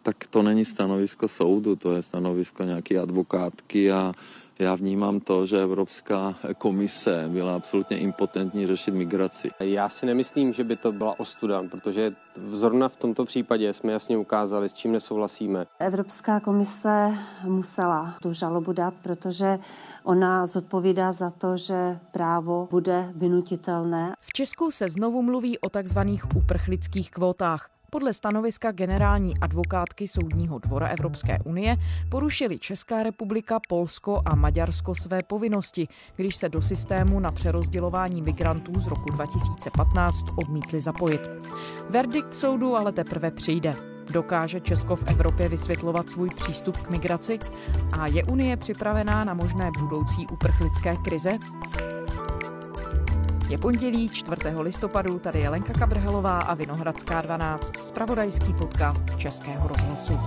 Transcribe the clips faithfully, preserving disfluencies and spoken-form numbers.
tak to není stanovisko soudu, to je stanovisko nějaké advokátky a já vnímám to, že Evropská komise byla absolutně impotentní řešit migraci. Já si nemyslím, že by to byla ostuda, protože zrovna v tomto případě jsme jasně ukázali, s čím nesouhlasíme. Evropská komise musela tu žalobu dát, protože ona zodpovídá za to, že právo bude vynutitelné. V Česku se znovu mluví o takzvaných uprchlických kvótách. Podle stanoviska generální advokátky Soudního dvora Evropské unie porušili Česká republika, Polsko a Maďarsko své povinnosti, když se do systému na přerozdělování migrantů z roku dva tisíce patnáct odmítli zapojit. Verdikt soudu ale teprve přijde. Dokáže Česko v Evropě vysvětlovat svůj přístup k migraci? A je Unie připravená na možné budoucí uprchlické krize? Je pondělí čtvrtého listopadu, tady je Lenka Kabrhelová a Vinohradská dvanáct, zpravodajský podcast Českého rozhlasu.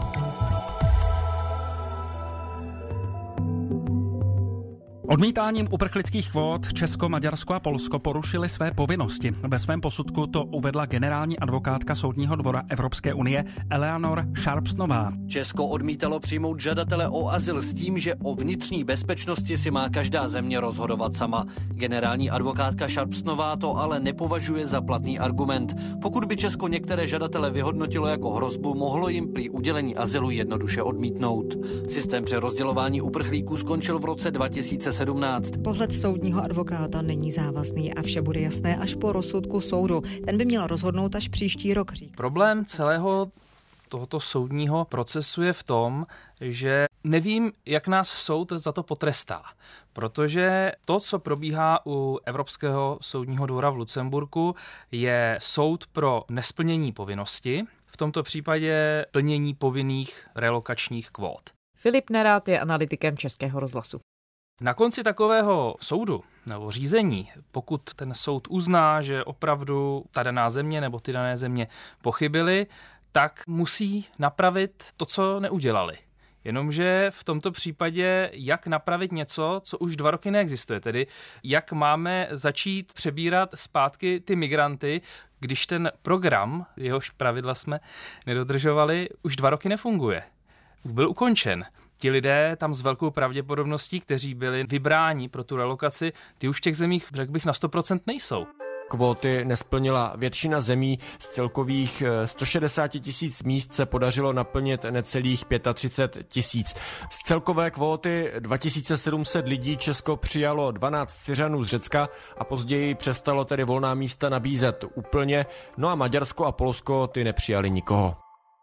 Odmítáním uprchlických kvót Česko, Maďarsko a Polsko porušili své povinnosti. Ve svém posudku to uvedla generální advokátka Soudního dvora Evropské unie Eleanor Sharpsnová. Česko odmítalo přijmout žadatele o azyl s tím, že o vnitřní bezpečnosti si má každá země rozhodovat sama. Generální advokátka Sharpsnová to ale nepovažuje za platný argument. Pokud by Česko některé žadatele vyhodnotilo jako hrozbu, mohlo jim při udělení azylu jednoduše odmítnout. Systém přerozdělování uprchlíků skončil v roce dva tisíce sedmnáct. Pohled soudního advokáta není závazný a vše bude jasné až po rozsudku soudu. Ten by měl rozhodnout až příští rok. Říká. Problém celého tohoto soudního procesu je v tom, že nevím, jak nás soud za to potrestá. Protože to, co probíhá u Evropského soudního dvora v Lucemburku, je soud pro nesplnění povinnosti, v tomto případě plnění povinných relokačních kvót. Filip Nerad je analytikem Českého rozhlasu. Na konci takového soudu nebo řízení, pokud ten soud uzná, že opravdu ta daná země nebo ty dané země pochybily, tak musí napravit to, co neudělali. Jenomže v tomto případě, jak napravit něco, co už dva roky neexistuje, tedy jak máme začít přebírat zpátky ty migranty, když ten program, jehož pravidla jsme nedodržovali, už dva roky nefunguje. Byl ukončen. Ti lidé tam s velkou pravděpodobností, kteří byli vybráni pro tu relokaci, ty už v těch zemích, řekl bych, na sto procent nejsou. Kvóty nesplnila většina zemí, z celkových sto šedesát tisíc míst se podařilo naplnit necelých třicet pět tisíc. Z celkové kvóty dva tisíce sedm set lidí Česko přijalo dvanáct Syřanů z Řecka a později přestalo tedy volná místa nabízet úplně, no a Maďarsko a Polsko ty nepřijali nikoho.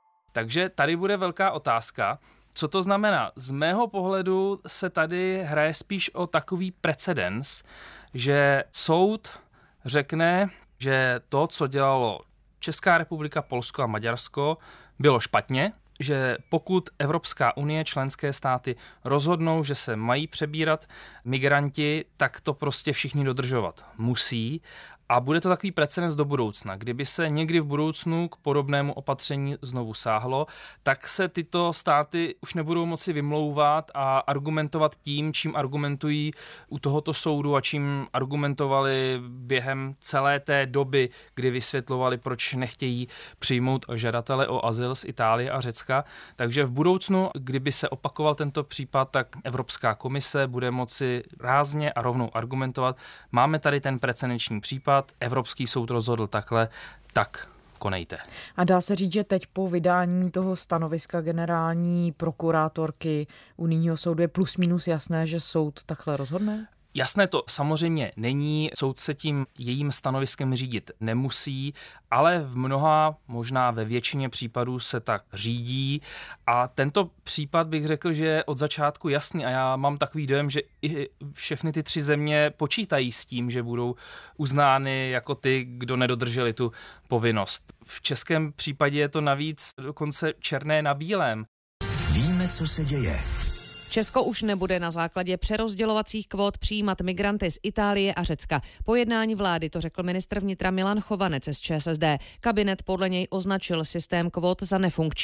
Takže tady bude velká otázka. Co to znamená? Z mého pohledu se tady hraje spíš o takový precedens, že soud řekne, že to, co dělalo Česká republika, Polsko a Maďarsko, bylo špatně, že pokud Evropská unie, členské státy rozhodnou, že se mají přebírat migranti, tak to prostě všichni dodržovat musí. A bude to takový precedens do budoucna. Kdyby se někdy v budoucnu k podobnému opatření znovu sáhlo, tak se tyto státy už nebudou moci vymlouvat a argumentovat tím, čím argumentují u tohoto soudu a čím argumentovali během celé té doby, kdy vysvětlovali, proč nechtějí přijmout žadatele o azyl z Itálie a Řecka. Takže v budoucnu, kdyby se opakoval tento případ, tak Evropská komise bude moci rázně a rovnou argumentovat. Máme tady ten precedenční případ, Evropský soud rozhodl takhle, tak konejte. A dá se říct, že teď po vydání toho stanoviska generální prokurátorky unijního soudu je plus minus jasné, že soud takhle rozhodne? Jasné to samozřejmě není, soud se tím jejím stanoviskem řídit nemusí, ale v mnoha, možná ve většině případů se tak řídí a tento případ bych řekl, že je od začátku jasný a já mám takový dojem, že i všechny ty tři země počítají s tím, že budou uznány jako ty, kdo nedodrželi tu povinnost. V českém případě je to navíc dokonce černé na bílém. Víme, co se děje. Česko už nebude na základě přerozdělovacích kvót přijímat migranty z Itálie a Řecka. Po jednání vlády to řekl ministr vnitra Milan Chovanec z ČSSD. Kabinet podle něj označil systém kvót za nefunkční.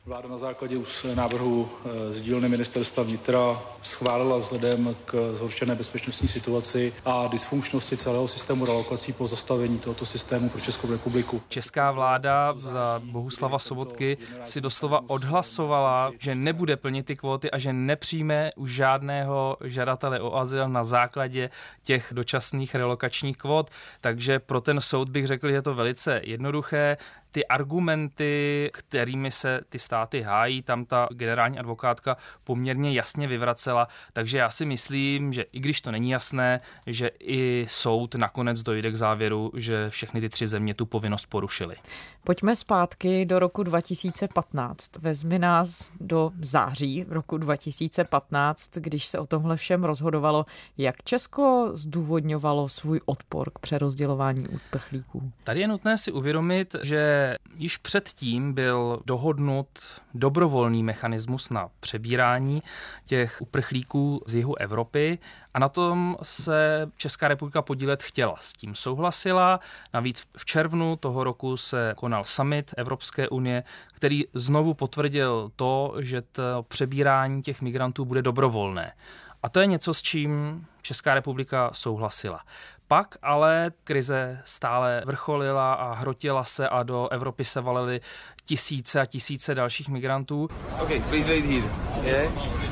Vláda na základě návrhu z dílny ministerstva vnitra schválila vzhledem k zhoršené bezpečnostní situaci a dysfunkčnosti celého systému relokací po zastavení tohoto systému pro Českou republiku. Česká vláda za Bohuslava Sobotky si doslova odhlasovala, že nebude plnit ty kvóty a že nepřijme už žádného žadatele o azyl na základě těch dočasných relokačních kvót. Takže pro ten soud bych řekl, že je to velice jednoduché. Ty argumenty, kterými se ty státy hájí, tam ta generální advokátka poměrně jasně vyvracela, takže já si myslím, že i když to není jasné, že i soud nakonec dojde k závěru, že všechny ty tři země tu povinnost porušily. Pojďme zpátky do roku dva tisíce patnáct. Vezmi nás do září roku dva tisíce patnáct, když se o tomhle všem rozhodovalo. Jak Česko zdůvodňovalo svůj odpor k přerozdělování uprchlíků? Tady je nutné si uvědomit, že již předtím byl dohodnut dobrovolný mechanismus na přebírání těch uprchlíků z jihu Evropy a na tom se Česká republika podílet chtěla. S tím souhlasila. Navíc v červnu toho roku se konal summit Evropské unie, který znovu potvrdil to, že to přebírání těch migrantů bude dobrovolné. A to je něco, s čím Česká republika souhlasila. Pak ale krize stále vrcholila a hrotila se a do Evropy se valily tisíce a tisíce dalších migrantů. Okay, please wait here. Yeah?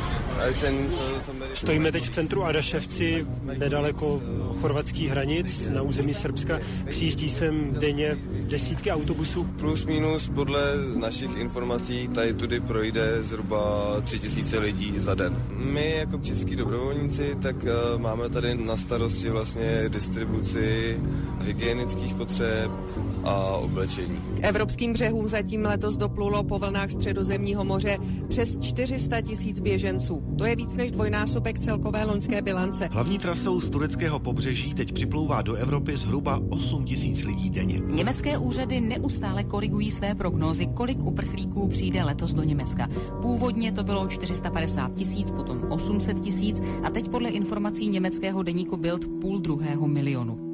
Stojíme teď v centru Adaševci, nedaleko chorvatských hranic na území Srbska. Přijíždí sem denně desítky autobusů. Plus minus podle našich informací tady tudy projde zhruba tři tisíce lidí za den. My jako český dobrovolníci tak uh, máme tady na starosti vlastně distribuci hygienických potřeb a oblečení. K evropským břehům zatím letos doplulo po vlnách Středozemního moře přes čtyři sta tisíc běženců. To je víc než dvojnásobek celkové loňské bilance. Hlavní trasou z tureckého pobřeží teď připlouvá do Evropy zhruba osm tisíc lidí denně. Německé úřady neustále korigují své prognózy, kolik uprchlíků přijde letos do Německa. Původně to bylo čtyři sta padesát tisíc, potom osm set tisíc a teď podle informací německého deníku Bild půl druhého milionu.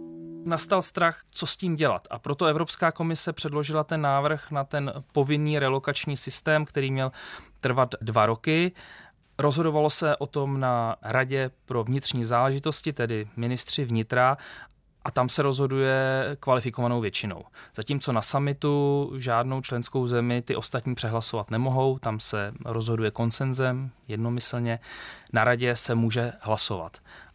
Nastal strach, co s tím dělat. A proto Evropská komise předložila ten návrh na ten povinný relokační systém, který měl trvat dva roky. Rozhodovalo se o tom na Radě pro vnitřní záležitosti, tedy ministři vnitra, a tam se rozhoduje kvalifikovanou většinou. Zatímco na summitu žádnou členskou zemi ty ostatní přehlasovat nemohou, tam se rozhoduje konsenzem, jednomyslně, na Radě se může hlasovat.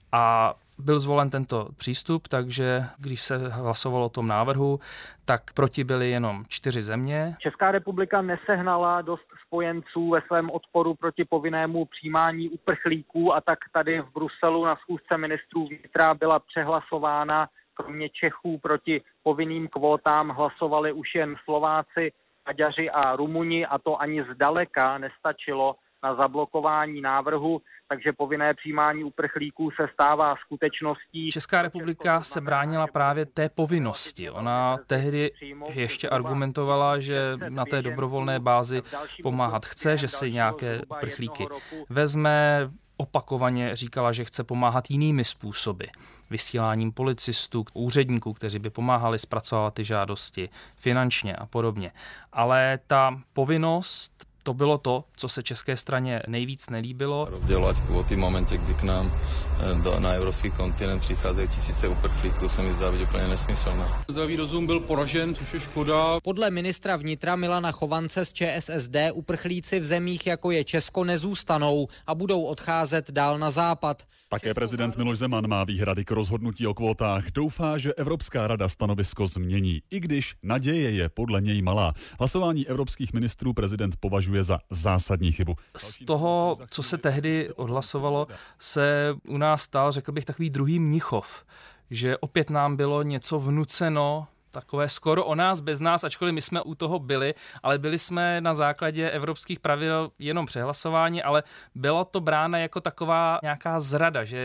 A byl zvolen tento přístup, takže když se hlasovalo o tom návrhu, tak proti byly jenom čtyři země. Česká republika nesehnala dost spojenců ve svém odporu proti povinnému přijímání uprchlíků a tak tady v Bruselu na schůzce ministrů vnitra byla přehlasována. Kromě Čechů proti povinným kvótám hlasovali už jen Slováci, Maďaři a Rumuni a to ani zdaleka nestačilo na zablokování návrhu, takže povinné přijímání uprchlíků se stává skutečností. Česká republika se bránila právě té povinnosti. Ona tehdy ještě argumentovala, že na té dobrovolné bázi pomáhat chce, že si nějaké uprchlíky vezme. Opakovaně říkala, že chce pomáhat jinými způsoby. Vysíláním policistů, úředníků, kteří by pomáhali zpracovat ty žádosti finančně a podobně. Ale ta povinnost, to bylo to, co se české straně nejvíc nelíbilo. Rozdělovat kvóty v momentě, kdy k nám do, na evropský kontinent přicházejí tisíce uprchlíků, se mi zdá být úplně nesmyslné. Zdravý rozum byl poražen, což je škoda. Podle ministra vnitra Milana Chovance z ČSSD uprchlíci v zemích, jako je Česko, nezůstanou a budou odcházet dál na západ. Také prezident Miloš Zeman má výhrady k rozhodnutí o kvótách. Doufá, že Evropská rada stanovisko změní, i když naděje je podle něj malá. Hlasování evropských ministrů prezident považuje za zásadní chybu. Z toho, co se tehdy odhlasovalo, se u nás stal, řekl bych, takový druhý Mnichov, že opět nám bylo něco vnuceno, takové skoro o nás bez nás, ačkoliv my jsme u toho byli, ale byli jsme na základě evropských pravidel jenom přehlasováni, ale bylo to brána jako taková nějaká zrada, že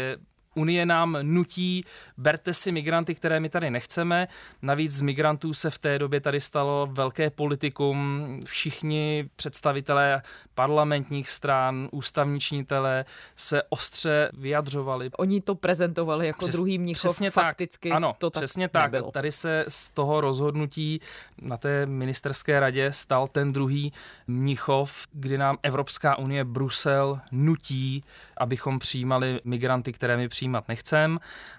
Unie nám nutí, berte si migranty, které my tady nechceme. Navíc z migrantů se v té době tady stalo velké politikum. Všichni představitelé parlamentních stran, ústavní činitelé se ostře vyjadřovali. Oni to prezentovali jako Přes, druhý Mnichov, přesně fakticky tak, ano, to tak přesně tak. nebylo. Tady se z toho rozhodnutí na té ministerské radě stal ten druhý Mnichov, kdy nám Evropská unie, Brusel nutí, abychom přijímali migranty, které my přijímat nechcem.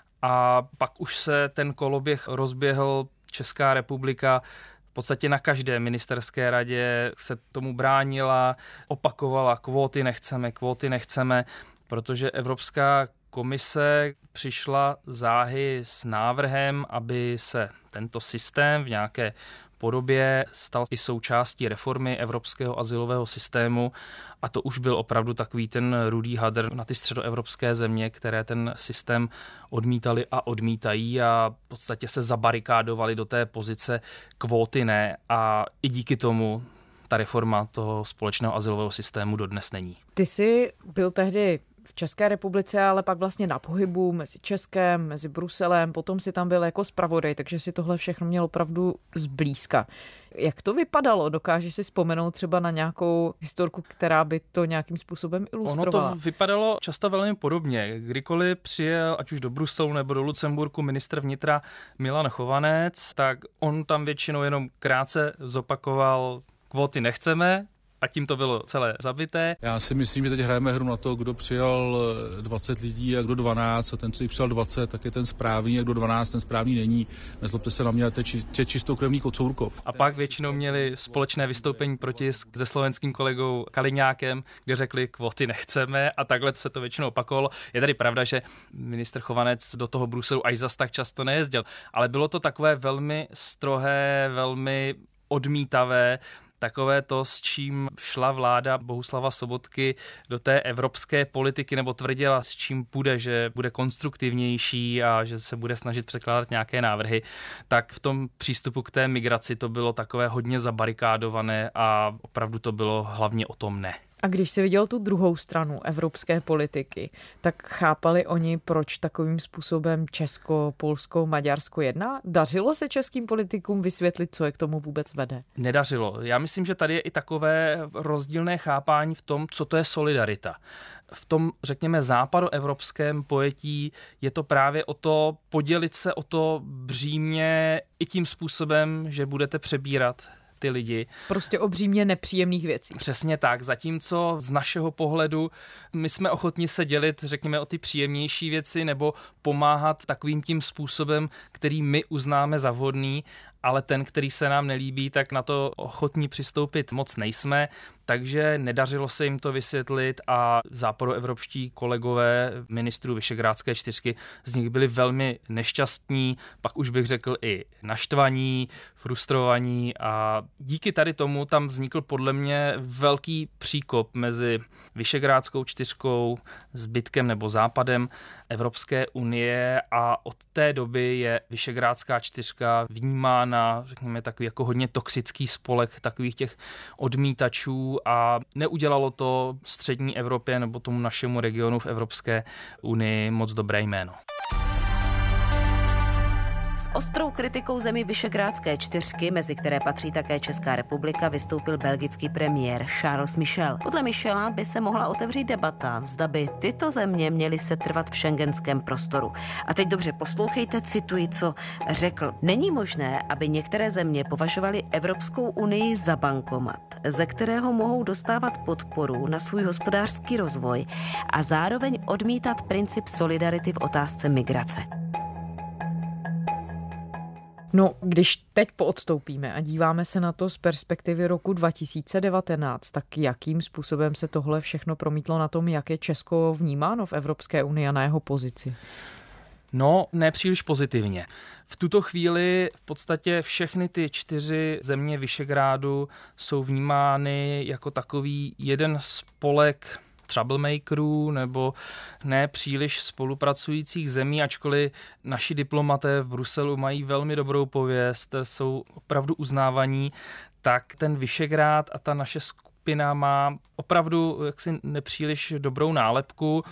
A pak už se ten koloběh rozběhl. Česká republika v podstatě na každé ministerské radě se tomu bránila, opakovala kvóty nechceme, kvóty nechceme, protože Evropská komise přišla záhy s návrhem, aby se tento systém v nějaké podobě stal i součástí reformy evropského azylového systému a to už byl opravdu takový ten rudý hadr na ty středoevropské země, které ten systém odmítali a odmítají a v podstatě se zabarikádovali do té pozice kvóty ne a i díky tomu ta reforma toho společného azylového systému dodnes není. Ty jsi byl tehdy v České republice, ale pak vlastně na pohybu mezi Českem, mezi Bruselem, potom si tam byl jako zpravodaj, takže si tohle všechno měl opravdu zblízka. Jak to vypadalo? Dokážeš si vzpomenout třeba na nějakou historku, která by to nějakým způsobem ilustrovala? Ono to vypadalo často velmi podobně. Kdykoliv přijel, ať už do Bruselu nebo do Lucemburku, ministr vnitra Milan Chovanec, tak on tam většinou jenom krátce zopakoval kvóty nechceme, a tím to bylo celé zabité. Já si myslím, že teď hrajeme hru na to, kdo přijal dvacet lidí a kdo dvanáct a ten, co jich přijal dvacet, tak je ten správný a kdo dvanáct, ten správný není. Nezlobte se na mě, to je čistokrevný Kocourkov. A pak většinou měli společné vystoupení protisk se slovenským kolegou Kaliňákem, kde řekli, kvóty nechceme a takhle se to většinou opakovalo. Je tady pravda, že ministr Chovanec do toho Bruselu až zas tak často nejezdil, ale bylo to takové velmi strohé, velmi odmítavé, takové to, s čím šla vláda Bohuslava Sobotky do té evropské politiky, nebo tvrdila, s čím půjde, že bude konstruktivnější a že se bude snažit překládat nějaké návrhy, tak v tom přístupu k té migraci to bylo takové hodně zabarikádované a opravdu to bylo hlavně o tom ne. A když jsi viděl tu druhou stranu evropské politiky, tak chápali oni, proč takovým způsobem Česko, Polsko, Maďarsko jedná? Dařilo se českým politikům vysvětlit, co je k tomu vůbec vede? Nedařilo. Já myslím, že tady je i takové rozdílné chápání v tom, co to je solidarita. V tom, řekněme, západoevropském pojetí je to právě o to podělit se o to břímě i tím způsobem, že budete přebírat ty lidi. Prostě o břímě nepříjemných věcí. Přesně tak, zatímco z našeho pohledu my jsme ochotni se dělit, řekněme, o ty příjemnější věci nebo pomáhat takovým tím způsobem, který my uznáme za vhodný, ale ten, který se nám nelíbí, tak na to ochotní přistoupit moc nejsme, takže nedařilo se jim to vysvětlit a západoevropští kolegové ministrů Visegrádské čtyřky z nich byli velmi nešťastní, pak už bych řekl i naštvaní, frustrovaní a díky tady tomu tam vznikl podle mě velký příkop mezi Visegrádskou čtyřkou, zbytkem nebo západem Evropské unie a od té doby je Visegrádská čtyřka vnímána, řekněme, takový jako hodně toxický spolek takových těch odmítačů a neudělalo to střední Evropě nebo tomu našemu regionu v Evropské unii moc dobré jméno. Ostrou kritikou zemí Visegrádské čtyřky, mezi které patří také Česká republika, vystoupil belgický premiér Charles Michel. Podle Michela by se mohla otevřít debata, zda by tyto země měly setrvat v schengenském prostoru. A teď dobře poslouchejte, cituji, co řekl. Není možné, aby některé země považovaly Evropskou unii za bankomat, ze kterého mohou dostávat podporu na svůj hospodářský rozvoj a zároveň odmítat princip solidarity v otázce migrace. No, když teď poodstoupíme a díváme se na to z perspektivy roku dva tisíce devatenáct, tak jakým způsobem se tohle všechno promítlo na tom, jak je Česko vnímáno v Evropské unii a na jeho pozici? No, nepříliš pozitivně. V tuto chvíli v podstatě všechny ty čtyři země Visegrádu jsou vnímány jako takový jeden spolek troublemakerů nebo ne příliš spolupracujících zemí, ačkoliv naši diplomaté v Bruselu mají velmi dobrou pověst, jsou opravdu uznávaní, tak ten Visegrád a ta naše skupina má opravdu jaksi nepříliš dobrou nálepku.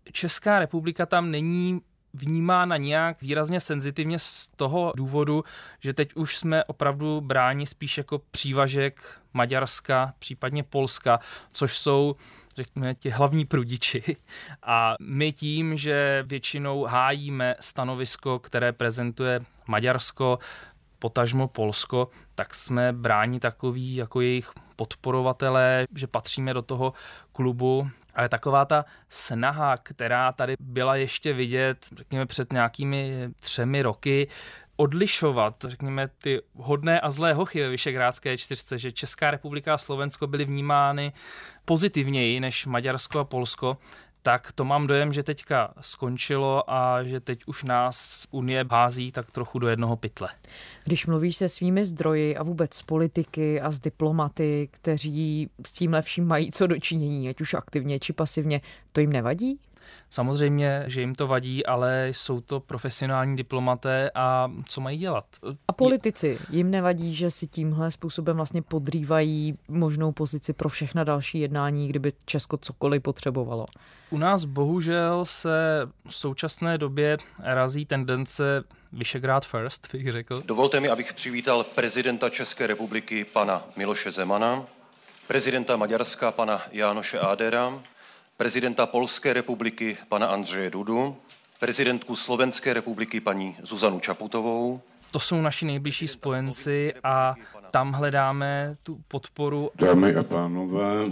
Česká republika tam není vnímána nějak výrazně senzitivně z toho důvodu, že teď už jsme opravdu bráni spíš jako přívažek Maďarska, případně Polska, což jsou, řekněme, ti hlavní prudiči. A my tím, že většinou hájíme stanovisko, které prezentuje Maďarsko, potažmo Polsko, tak jsme bráni takový jako jejich podporovatelé, že patříme do toho klubu. Ale taková ta snaha, která tady byla ještě vidět, řekněme, před nějakými třemi roky, odlišovat, řekněme, ty hodné a zlé hochy ve Visegrádské čtyřce, že Česká republika a Slovensko byly vnímány pozitivněji než Maďarsko a Polsko, tak to mám dojem, že teďka skončilo a že teď už nás Unie hází tak trochu do jednoho pytle. Když mluvíš se svými zdroji a vůbec s politiky a s diplomaty, kteří s tímhle vším mají co dočinění, ať už aktivně či pasivně, to jim nevadí? Samozřejmě, že jim to vadí, ale jsou to profesionální diplomaté a co mají dělat? A politici, jim nevadí, že si tímhle způsobem vlastně podrývají možnou pozici pro všechna další jednání, kdyby Česko cokoliv potřebovalo? U nás bohužel se v současné době razí tendence Visegrád first, bych řekl. Dovolte mi, abych přivítal prezidenta České republiky pana Miloše Zemana, prezidenta Maďarska pana Jánoše Ádera, prezidenta Polské republiky pana Andřeje Dudu, prezidentku Slovenské republiky paní Zuzanu Čaputovou. To jsou naši nejbližší spojenci a tam hledáme tu podporu. Dámy a pánové,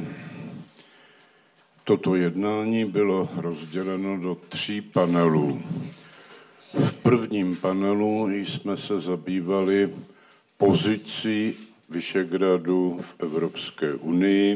toto jednání bylo rozděleno do tří panelů. V prvním panelu jsme se zabývali pozicí Visegrádu v Evropské unii.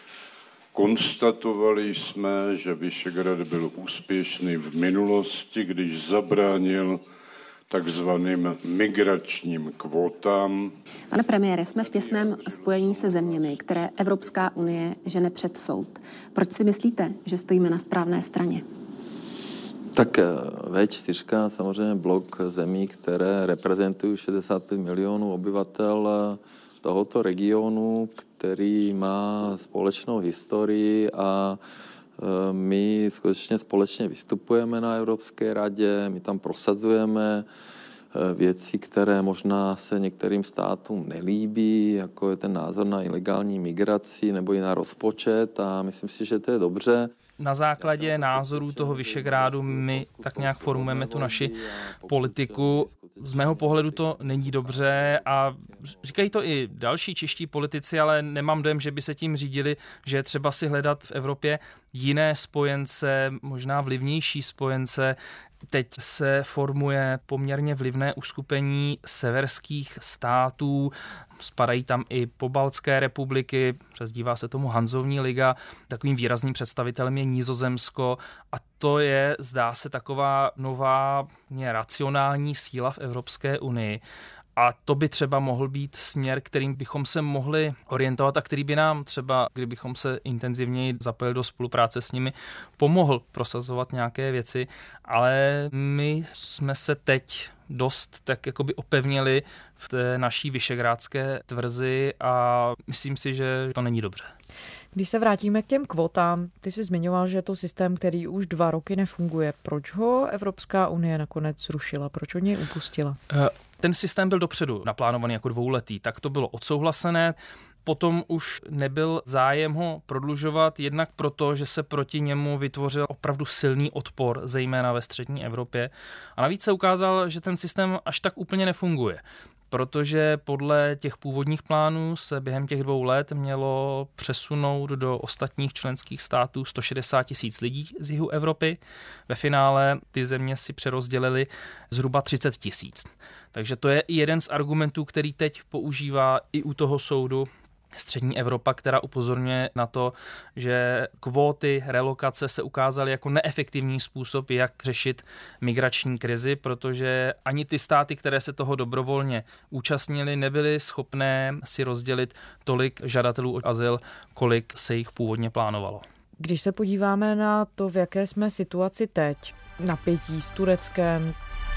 Konstatovali jsme, že Visegrád byl úspěšný v minulosti, když zabránil takzvaným migračním kvótám. Pane premiére, jsme v těsném spojení se zeměmi, které Evropská unie žene před soud. Proč si myslíte, že stojíme na správné straně? Tak vé čtyři, samozřejmě blok zemí, které reprezentují šedesát pět milionů obyvatel tohoto regionu, který má společnou historii a my skutečně společně vystupujeme na Evropské radě, my tam prosazujeme věci, které možná se některým státům nelíbí, jako je ten názor na ilegální migraci nebo i na rozpočet a myslím si, že to je dobře. Na základě názorů toho Visegrádu my tak nějak formujeme tu naši politiku. Z mého pohledu to není dobře a říkají to i další čeští politici, ale nemám dojem, že by se tím řídili, že je třeba si hledat v Evropě jiné spojence, možná vlivnější spojence. Teď se formuje poměrně vlivné uskupení severských států, spadají tam i pobaltské republiky, přezdívá se tomu Hanzovní liga, takovým výrazným představitelem je Nizozemsko a to je, zdá se, taková nová racionální síla v Evropské unii. A to by třeba mohl být směr, kterým bychom se mohli orientovat a který by nám třeba, kdybychom se intenzivněji zapojili do spolupráce s nimi, pomohl prosazovat nějaké věci. Ale my jsme se teď dost tak jakoby opevnili v té naší visegrádské tvrzi a myslím si, že to není dobře. Když se vrátíme k těm kvotám, ty jsi zmiňoval, že je to systém, který už dva roky nefunguje. Proč ho Evropská unie nakonec zrušila? Proč od něj upustila? Ten systém byl dopředu naplánovaný jako dvouletý, tak to bylo odsouhlasené. Potom už nebyl zájem ho prodlužovat, jednak proto, že se proti němu vytvořil opravdu silný odpor, zejména ve střední Evropě. A navíc se ukázal, že ten systém až tak úplně nefunguje. Protože podle těch původních plánů se během těch dvou let mělo přesunout do ostatních členských států sto šedesát tisíc lidí z jihu Evropy. Ve finále ty země si přerozdělily zhruba třicet tisíc. Takže to je i jeden z argumentů, který teď používá i u toho soudu střední Evropa, která upozorňuje na to, že kvóty, relokace se ukázaly jako neefektivní způsob, jak řešit migrační krizi, protože ani ty státy, které se toho dobrovolně účastnily, nebyly schopné si rozdělit tolik žadatelů o azyl, kolik se jich původně plánovalo. Když se podíváme na to, v jaké jsme situaci teď, napětí s Tureckem,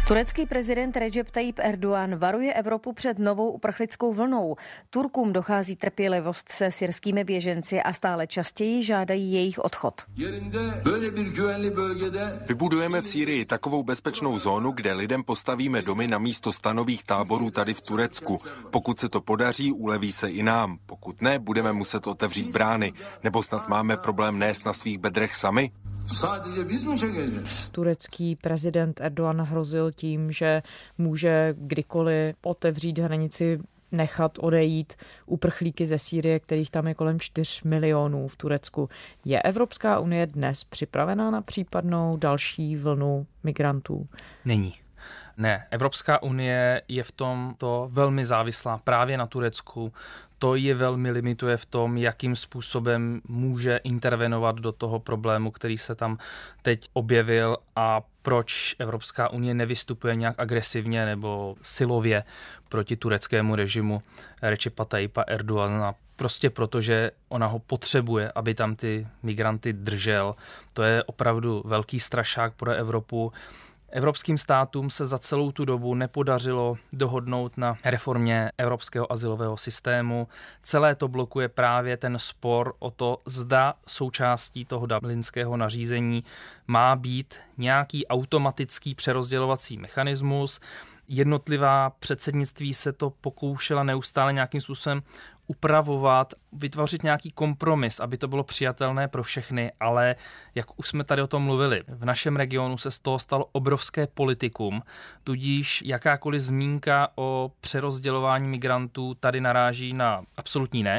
Turecký prezident Recep Tayyip Erdogan varuje Evropu před novou uprchlickou vlnou. Turkům dochází trpělivost se syrskými běženci a stále častěji žádají jejich odchod. Vybudujeme v Sýrii takovou bezpečnou zónu, kde lidem postavíme domy na místo stanových táborů tady v Turecku. Pokud se to podaří, uleví se i nám. Pokud ne, budeme muset otevřít brány. Nebo snad máme problém nést na svých bedrech sami? Turecký prezident Erdogan hrozil tím, že může kdykoliv otevřít hranici, nechat odejít uprchlíky ze Sýrie, kterých tam je kolem čtyř milionů v Turecku. Je Evropská unie dnes připravená na případnou další vlnu migrantů? Není. Ne, Evropská unie je v tomto velmi závislá právě na Turecku. To je velmi limituje v tom, jakým způsobem může intervenovat do toho problému, který se tam teď objevil a proč Evropská unie nevystupuje nějak agresivně nebo silově proti tureckému režimu Recepa Tayyipa Erdogana. Prostě proto, že ona ho potřebuje, aby tam ty migranty držel. To je opravdu velký strašák pro Evropu. Evropským státům se za celou tu dobu nepodařilo dohodnout na reformě evropského azylového systému. Celé to blokuje právě ten spor o to, zda součástí toho dublinského nařízení má být nějaký automatický přerozdělovací mechanismus. Jednotlivá předsednictví se to pokoušela neustále nějakým způsobem upravovat, vytvořit nějaký kompromis, aby to bylo přijatelné pro všechny, ale jak už jsme tady o tom mluvili, v našem regionu se z toho stalo obrovské politikum, tudíž jakákoliv zmínka o přerozdělování migrantů tady naráží na absolutní ne.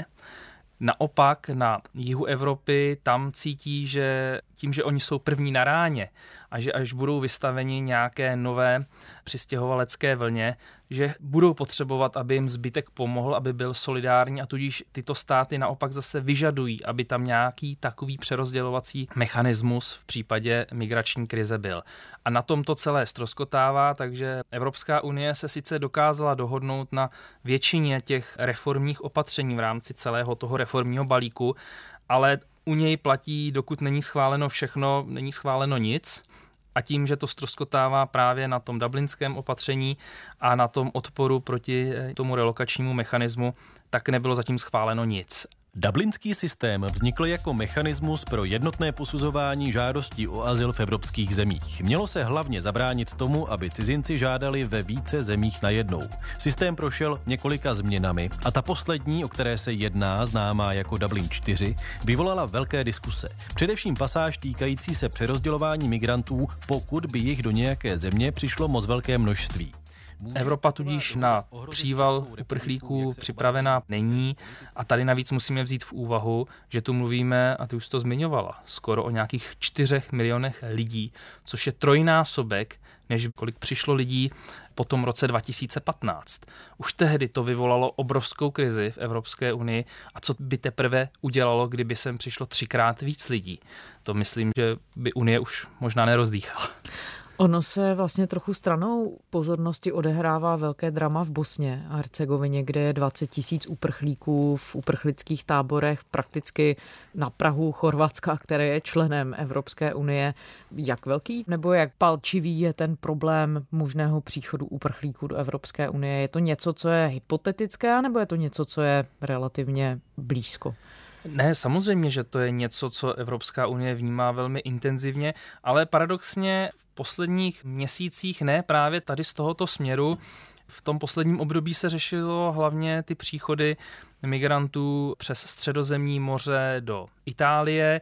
Naopak na jihu Evropy tam cítí, že tím, že oni jsou první na ráně a že až budou vystaveni nějaké nové přistěhovalecké vlně, že budou potřebovat, aby jim zbytek pomohl, aby byl solidární a tudíž tyto státy naopak zase vyžadují, aby tam nějaký takový přerozdělovací mechanismus v případě migrační krize byl. A na tom to celé ztroskotává, takže Evropská unie se sice dokázala dohodnout na většině těch reformních opatření v rámci celého toho reformního balíku, ale u něj platí, dokud není schváleno všechno, není schváleno nic. A tím, že to ztroskotává právě na tom dublinském opatření a na tom odporu proti tomu relokačnímu mechanismu, tak nebylo zatím schváleno nic. Dublinský systém vznikl jako mechanismus pro jednotné posuzování žádostí o azyl v evropských zemích. Mělo se hlavně zabránit tomu, aby cizinci žádali ve více zemích najednou. Systém prošel několika změnami a ta poslední, o které se jedná, známá jako Dublin čtyři, vyvolala velké diskuse. Především pasáž týkající se přerozdělování migrantů, pokud by jich do nějaké země přišlo moc velké množství. Evropa tudíž na příval uprchlíků připravená není a tady navíc musíme vzít v úvahu, že tu mluvíme, a ty už to zmiňovala, skoro o nějakých čtyřech milionech lidí, což je trojnásobek, než kolik přišlo lidí po tom roce dva tisíce patnáct. Už tehdy to vyvolalo obrovskou krizi v Evropské unii a co by teprve udělalo, kdyby sem přišlo třikrát víc lidí. To myslím, že by Unie už možná nerozdýchala. Ono se vlastně trochu stranou pozornosti odehrává velké drama v Bosně a Hercegovině, kde je dvacet tisíc uprchlíků v uprchlických táborech prakticky na prahu Chorvatska, které je členem Evropské unie. Jak velký nebo jak palčivý je ten problém možného příchodu uprchlíků do Evropské unie? Je to něco, co je hypotetické, nebo je to něco, co je relativně blízko? Ne, samozřejmě, že to je něco, co Evropská unie vnímá velmi intenzivně, ale paradoxně v posledních měsících ne právě tady z tohoto směru. V tom posledním období se řešilo hlavně ty příchody migrantů přes Středozemní moře do Itálie,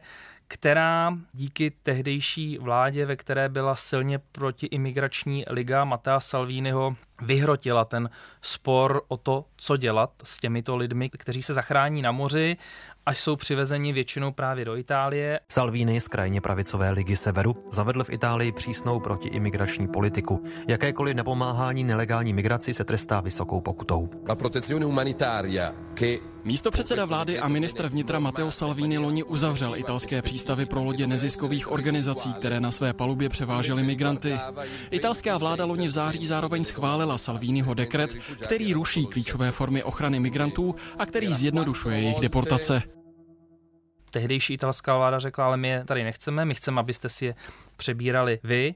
která díky tehdejší vládě, ve které byla silně protiimigrační liga Mattea Salviniho, vyhrotila ten spor o to, co dělat s těmito lidmi, kteří se zachrání na moři, až jsou přivezeni většinou právě do Itálie. Salvini z krajně pravicové ligy Severu zavedl v Itálii přísnou protiimigrační politiku. Jakékoliv napomáhání nelegální migraci se trestá vysokou pokutou. Místopředseda vlády a ministr vnitra Matteo Salvini loni uzavřel italské přístavy pro lodě neziskových organizací, které na své palubě převážely migranty. Italská vláda loni v září zároveň schválila Salviniho dekret, který ruší klíčové formy ochrany migrantů a který zjednodušuje jejich deportace. Tehdejší italská vláda řekla, ale my je tady nechceme, my chceme, abyste si je přebírali vy.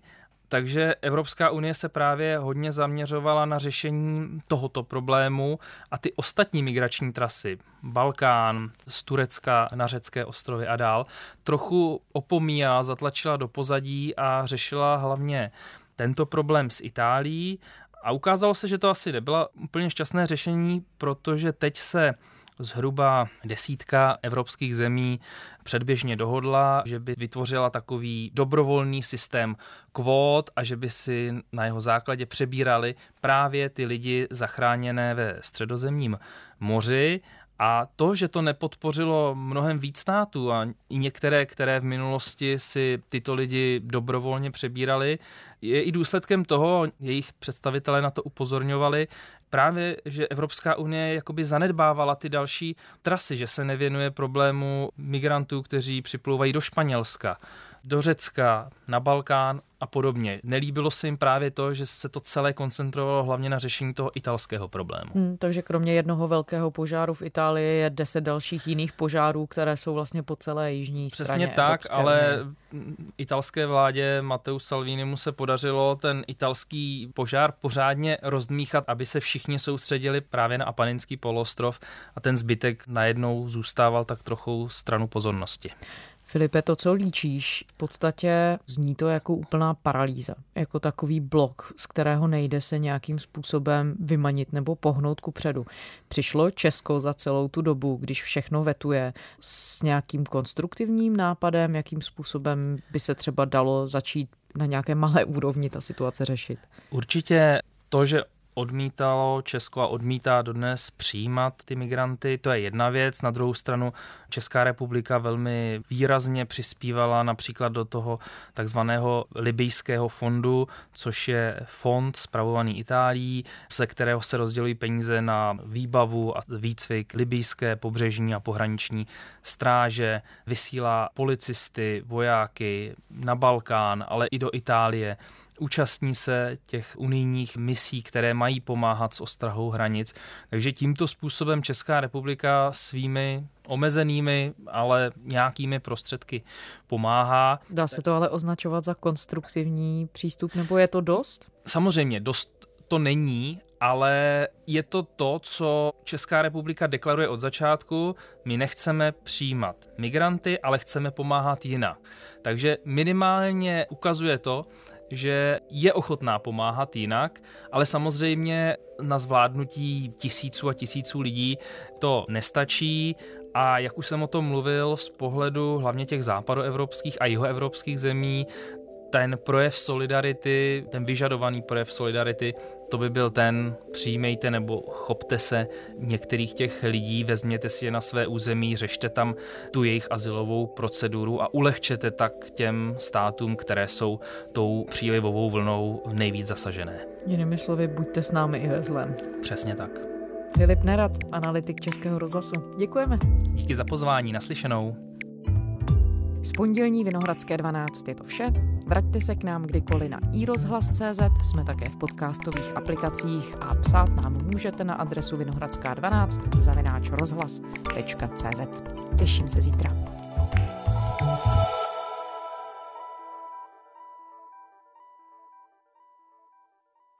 Takže Evropská unie se právě hodně zaměřovala na řešení tohoto problému a ty ostatní migrační trasy, Balkán, z Turecka na řecké ostrovy a dál, trochu opomíjela, zatlačila do pozadí a řešila hlavně tento problém s Itálií. A ukázalo se, že to asi nebylo úplně šťastné řešení, protože teď se zhruba desítka evropských zemí předběžně dohodla, že by vytvořila takový dobrovolný systém kvót a že by si na jeho základě přebírali právě ty lidi zachráněné ve Středozemním moři. A to, že to nepodpořilo mnohem víc států a i některé, které v minulosti si tyto lidi dobrovolně přebírali, je i důsledkem toho, jejich představitelé na to upozorňovali, právě, že Evropská unie jakoby zanedbávala ty další trasy, že se nevěnuje problému migrantů, kteří připlouvají do Španělska, do Řecka, na Balkán a podobně. Nelíbilo se jim právě to, že se to celé koncentrovalo hlavně na řešení toho italského problému. Hmm, takže kromě jednoho velkého požáru v Itálii je deset dalších jiných požárů, které jsou vlastně po celé jižní Přesně straně tak, Evropské ale unie. Italské vládě Matteu Salvinimu se podařilo ten italský požár pořádně rozdmíchat, aby se všichni soustředili právě na Apenninský poloostrov a ten zbytek najednou zůstával tak trochu stranu pozornosti. Filipe, to, co líčíš, v podstatě zní to jako úplná paralýza, jako takový blok, z kterého nejde se nějakým způsobem vymanit nebo pohnout kupředu. Přišlo Česko za celou tu dobu, když všechno vetuje, s nějakým konstruktivním nápadem, jakým způsobem by se třeba dalo začít na nějaké malé úrovni ta situace řešit? Určitě to, že odmítalo Česko a odmítá dodnes přijímat ty migranty, to je jedna věc. Na druhou stranu Česká republika velmi výrazně přispívala například do toho takzvaného libyjského fondu, což je fond spravovaný Itálií, se kterého se rozdělují peníze na výbavu a výcvik libyjské pobřežní a pohraniční stráže, vysílá policisty, vojáky na Balkán, ale i do Itálie. Účastní se těch unijních misí, které mají pomáhat s ostrahou hranic. Takže tímto způsobem Česká republika svými omezenými, ale nějakými prostředky pomáhá. Dá se to ale označovat za konstruktivní přístup, nebo je to dost? Samozřejmě, dost to není, ale je to to, co Česká republika deklaruje od začátku. My nechceme přijímat migranty, ale chceme pomáhat jinak. Takže minimálně ukazuje to, že je ochotná pomáhat jinak, ale samozřejmě na zvládnutí tisíců a tisíců lidí to nestačí a jak už jsem o tom mluvil, z pohledu hlavně těch západoevropských a jihoevropských zemí, ten projev solidarity, ten vyžadovaný projev solidarity, to by byl ten přijmejte nebo chopte se některých těch lidí, vezměte si je na své území, řešte tam tu jejich azylovou proceduru a ulehčete tak těm státům, které jsou tou přílivovou vlnou nejvíc zasažené. Jinými slovy, buďte s námi i ve zlém. Přesně tak. Filip Nerad, analytik Českého rozhlasu. Děkujeme. Díky za pozvání, naslyšenou. Z pondělní Vinohradské dvanáct je to vše. Vraťte se k nám kdykoliv na i rozhlas tečka cé zet, jsme také v podcastových aplikacích a psát nám můžete na adresu vinohradská dvanáct zavináč rozhlas tečka cé zet. Těším se zítra.